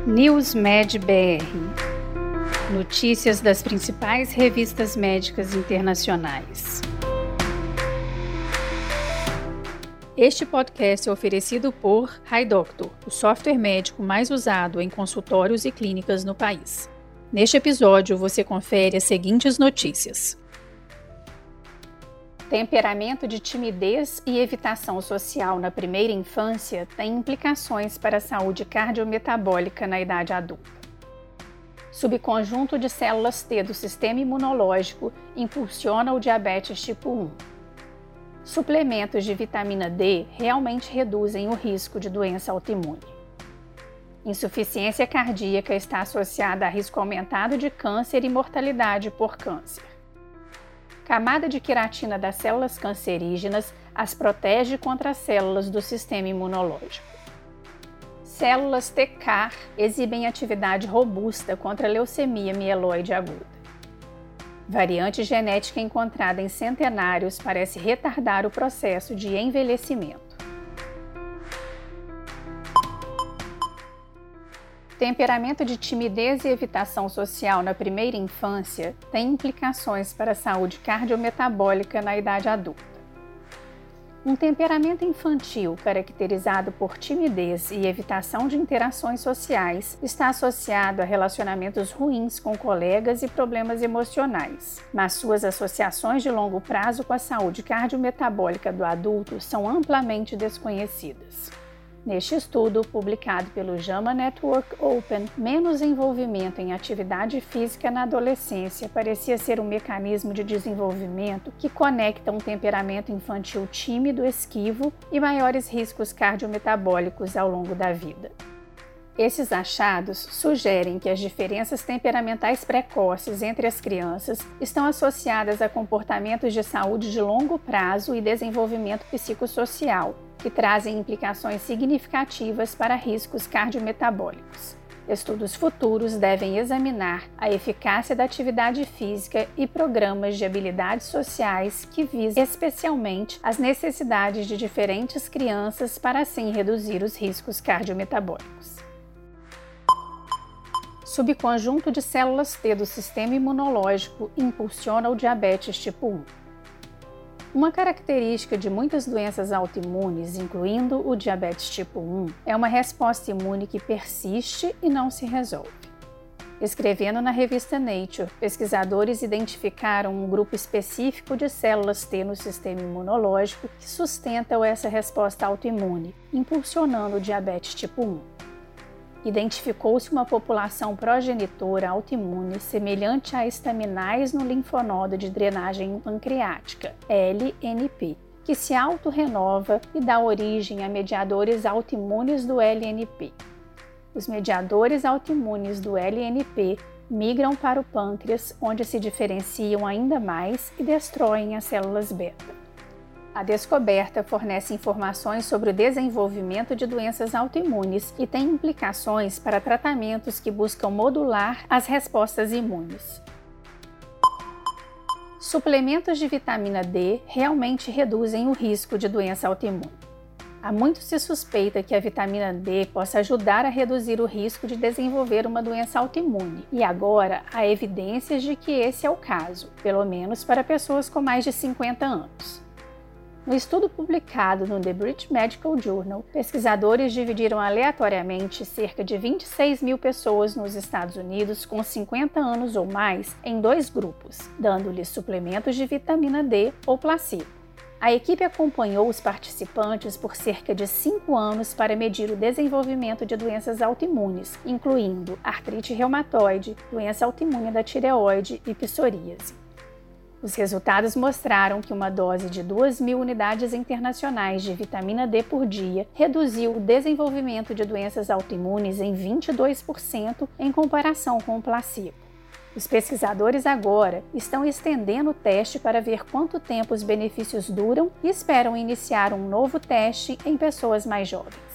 NewsMed BR. Notícias das principais revistas médicas internacionais. Este podcast é oferecido por HiDoctor, o software médico mais usado em consultórios e clínicas no país. Neste episódio, você confere as seguintes notícias. Temperamento de timidez e evitação social na primeira infância tem implicações para a saúde cardiometabólica na idade adulta. Subconjunto de células T do sistema imunológico impulsiona o diabetes tipo 1. Suplementos de vitamina D realmente reduzem o risco de doença autoimune. Insuficiência cardíaca está associada a risco aumentado de câncer e mortalidade por câncer. Camada de queratina das células cancerígenas as protege contra as células do sistema imunológico. Células T-CAR exibem atividade robusta contra a leucemia mieloide aguda. Variante genética encontrada em centenários parece retardar o processo de envelhecimento. Temperamento de timidez e evitação social na primeira infância tem implicações para a saúde cardiometabólica na idade adulta. Um temperamento infantil caracterizado por timidez e evitação de interações sociais está associado a relacionamentos ruins com colegas e problemas emocionais, mas suas associações de longo prazo com a saúde cardiometabólica do adulto são amplamente desconhecidas. Neste estudo, publicado pelo JAMA Network Open, menos envolvimento em atividade física na adolescência parecia ser um mecanismo de desenvolvimento que conecta um temperamento infantil tímido, esquivo e maiores riscos cardiometabólicos ao longo da vida. Esses achados sugerem que as diferenças temperamentais precoces entre as crianças estão associadas a comportamentos de saúde de longo prazo e desenvolvimento psicossocial, que trazem implicações significativas para riscos cardiometabólicos. Estudos futuros devem examinar a eficácia da atividade física e programas de habilidades sociais que visam especialmente as necessidades de diferentes crianças para assim reduzir os riscos cardiometabólicos. Subconjunto de células T do sistema imunológico impulsiona o diabetes tipo 1. Uma característica de muitas doenças autoimunes, incluindo o diabetes tipo 1, é uma resposta imune que persiste e não se resolve. Escrevendo na revista Nature, pesquisadores identificaram um grupo específico de células T no sistema imunológico que sustentam essa resposta autoimune, impulsionando o diabetes tipo 1. Identificou-se uma população progenitora autoimune semelhante a estaminais no linfonodo de drenagem pancreática, LNP, que se autorrenova e dá origem a mediadores autoimunes do LNP. Os mediadores autoimunes do LNP migram para o pâncreas, onde se diferenciam ainda mais e destroem as células beta. A descoberta fornece informações sobre o desenvolvimento de doenças autoimunes e tem implicações para tratamentos que buscam modular as respostas imunes. Suplementos de vitamina D realmente reduzem o risco de doença autoimune. Há muito se suspeita que a vitamina D possa ajudar a reduzir o risco de desenvolver uma doença autoimune, e agora há evidências de que esse é o caso, pelo menos para pessoas com mais de 50 anos. No estudo publicado no The British Medical Journal, pesquisadores dividiram aleatoriamente cerca de 26 mil pessoas nos Estados Unidos com 50 anos ou mais em dois grupos, dando-lhes suplementos de vitamina D ou placebo. A equipe acompanhou os participantes por cerca de 5 anos para medir o desenvolvimento de doenças autoimunes, incluindo artrite reumatoide, doença autoimune da tireoide e psoríase. Os resultados mostraram que uma dose de 2.000 unidades internacionais de vitamina D por dia reduziu o desenvolvimento de doenças autoimunes em 22% em comparação com o placebo. Os pesquisadores agora estão estendendo o teste para ver quanto tempo os benefícios duram e esperam iniciar um novo teste em pessoas mais jovens.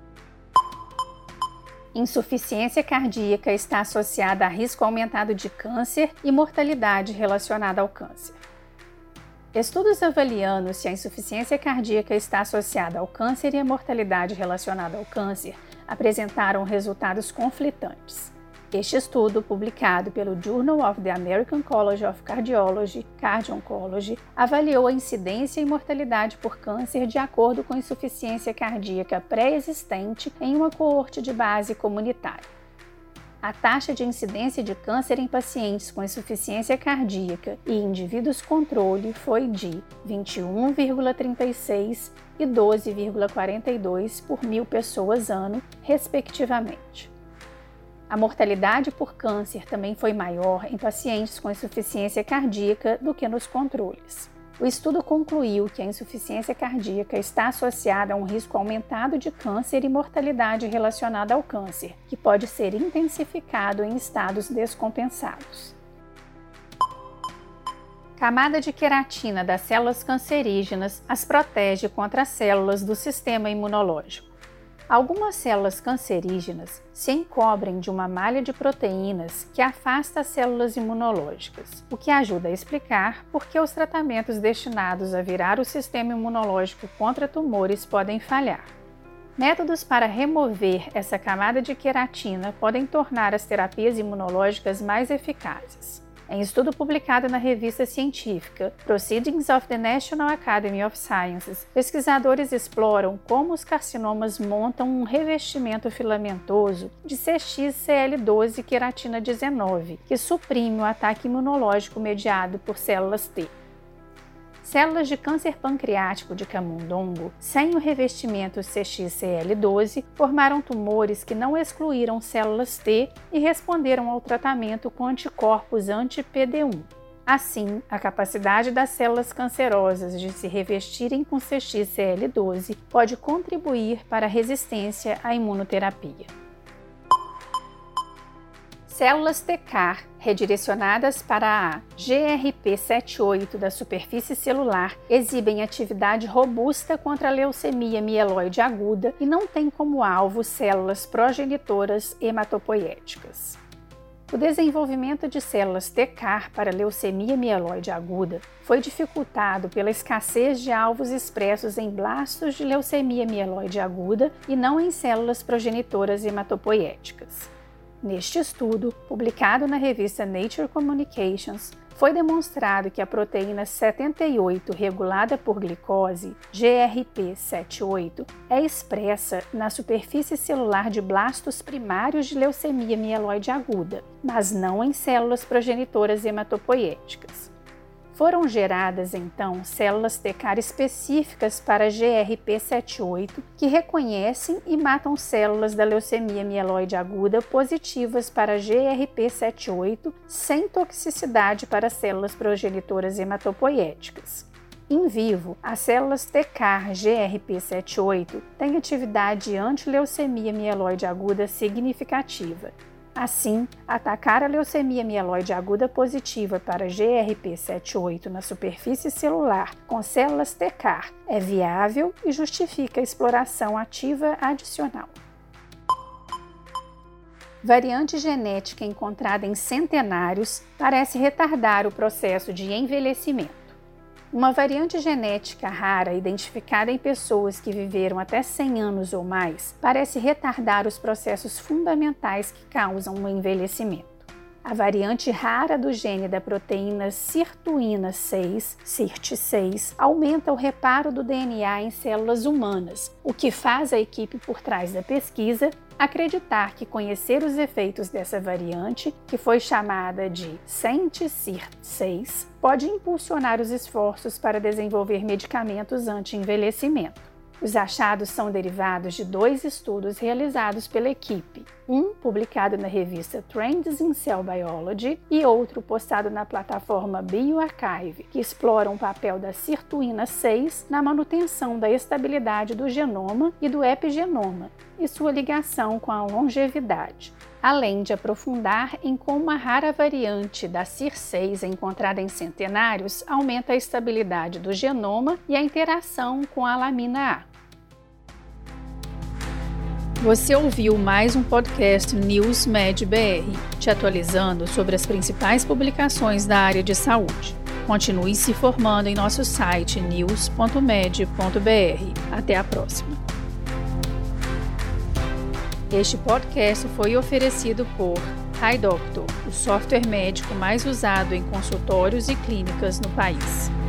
Insuficiência cardíaca está associada a risco aumentado de câncer e mortalidade relacionada ao câncer. Estudos avaliando se a insuficiência cardíaca está associada ao câncer e a mortalidade relacionada ao câncer apresentaram resultados conflitantes. Este estudo, publicado pelo Journal of the American College of Cardiology, Cardio-Oncology, avaliou a incidência e mortalidade por câncer de acordo com a insuficiência cardíaca pré-existente em uma coorte de base comunitária. A taxa de incidência de câncer em pacientes com insuficiência cardíaca e indivíduos controle foi de 21,36 e 12,42 por 1.000 pessoas ano, respectivamente. A mortalidade por câncer também foi maior em pacientes com insuficiência cardíaca do que nos controles. O estudo concluiu que a insuficiência cardíaca está associada a um risco aumentado de câncer e mortalidade relacionada ao câncer, que pode ser intensificado em estados descompensados. Camada de queratina das células cancerígenas as protege contra as células do sistema imunológico. Algumas células cancerígenas se encobrem de uma malha de proteínas que afasta as células imunológicas, o que ajuda a explicar por que os tratamentos destinados a virar o sistema imunológico contra tumores podem falhar. Métodos para remover essa camada de queratina podem tornar as terapias imunológicas mais eficazes. Em estudo publicado na revista científica Proceedings of the National Academy of Sciences, pesquisadores exploram como os carcinomas montam um revestimento filamentoso de CXCL12 queratina 19, que suprime o ataque imunológico mediado por células T. Células de câncer pancreático de camundongo, sem o revestimento CXCL12, formaram tumores que não excluíram células T e responderam ao tratamento com anticorpos anti-PD1. Assim, a capacidade das células cancerosas de se revestirem com CXCL12 pode contribuir para a resistência à imunoterapia. Células TCAR redirecionadas para a GRP78 da superfície celular exibem atividade robusta contra a leucemia mieloide aguda e não têm como alvo células progenitoras hematopoiéticas. O desenvolvimento de células TCAR para leucemia mieloide aguda foi dificultado pela escassez de alvos expressos em blastos de leucemia mieloide aguda e não em células progenitoras hematopoiéticas. Neste estudo, publicado na revista Nature Communications, foi demonstrado que a proteína 78 regulada por glicose, GRP78, é expressa na superfície celular de blastos primários de leucemia mieloide aguda, mas não em células progenitoras hematopoiéticas. Foram geradas, então, células TCAR específicas para GRP78 que reconhecem e matam células da leucemia mieloide aguda positivas para GRP78 sem toxicidade para células progenitoras hematopoiéticas. Em vivo, as células TCAR GRP78 têm atividade anti-leucemia mieloide aguda significativa. Assim, atacar a leucemia mieloide aguda positiva para GRP78 na superfície celular com células TCAR é viável e justifica a exploração ativa adicional. Variante genética encontrada em centenários parece retardar o processo de envelhecimento. Uma variante genética rara identificada em pessoas que viveram até 100 anos ou mais parece retardar os processos fundamentais que causam o envelhecimento. A variante rara do gene da proteína sirtuína 6, SIRT6, aumenta o reparo do DNA em células humanas, o que faz a equipe por trás da pesquisa acreditar que conhecer os efeitos dessa variante, que foi chamada de SENT-SIRT6, pode impulsionar os esforços para desenvolver medicamentos anti-envelhecimento. Os achados são derivados de 2 estudos realizados pela equipe, um publicado na revista Trends in Cell Biology e outro postado na plataforma bioRxiv, que exploram o papel da sirtuína 6 na manutenção da estabilidade do genoma e do epigenoma e sua ligação com a longevidade, além de aprofundar em como a rara variante da SIR6 encontrada em centenários aumenta a estabilidade do genoma e a interação com a lamina A. Você ouviu mais um podcast NewsMed BR, te atualizando sobre as principais publicações da área de saúde. Continue se formando em nosso site news.med.br. Até a próxima. Este podcast foi oferecido por HiDoctor, o software médico mais usado em consultórios e clínicas no país.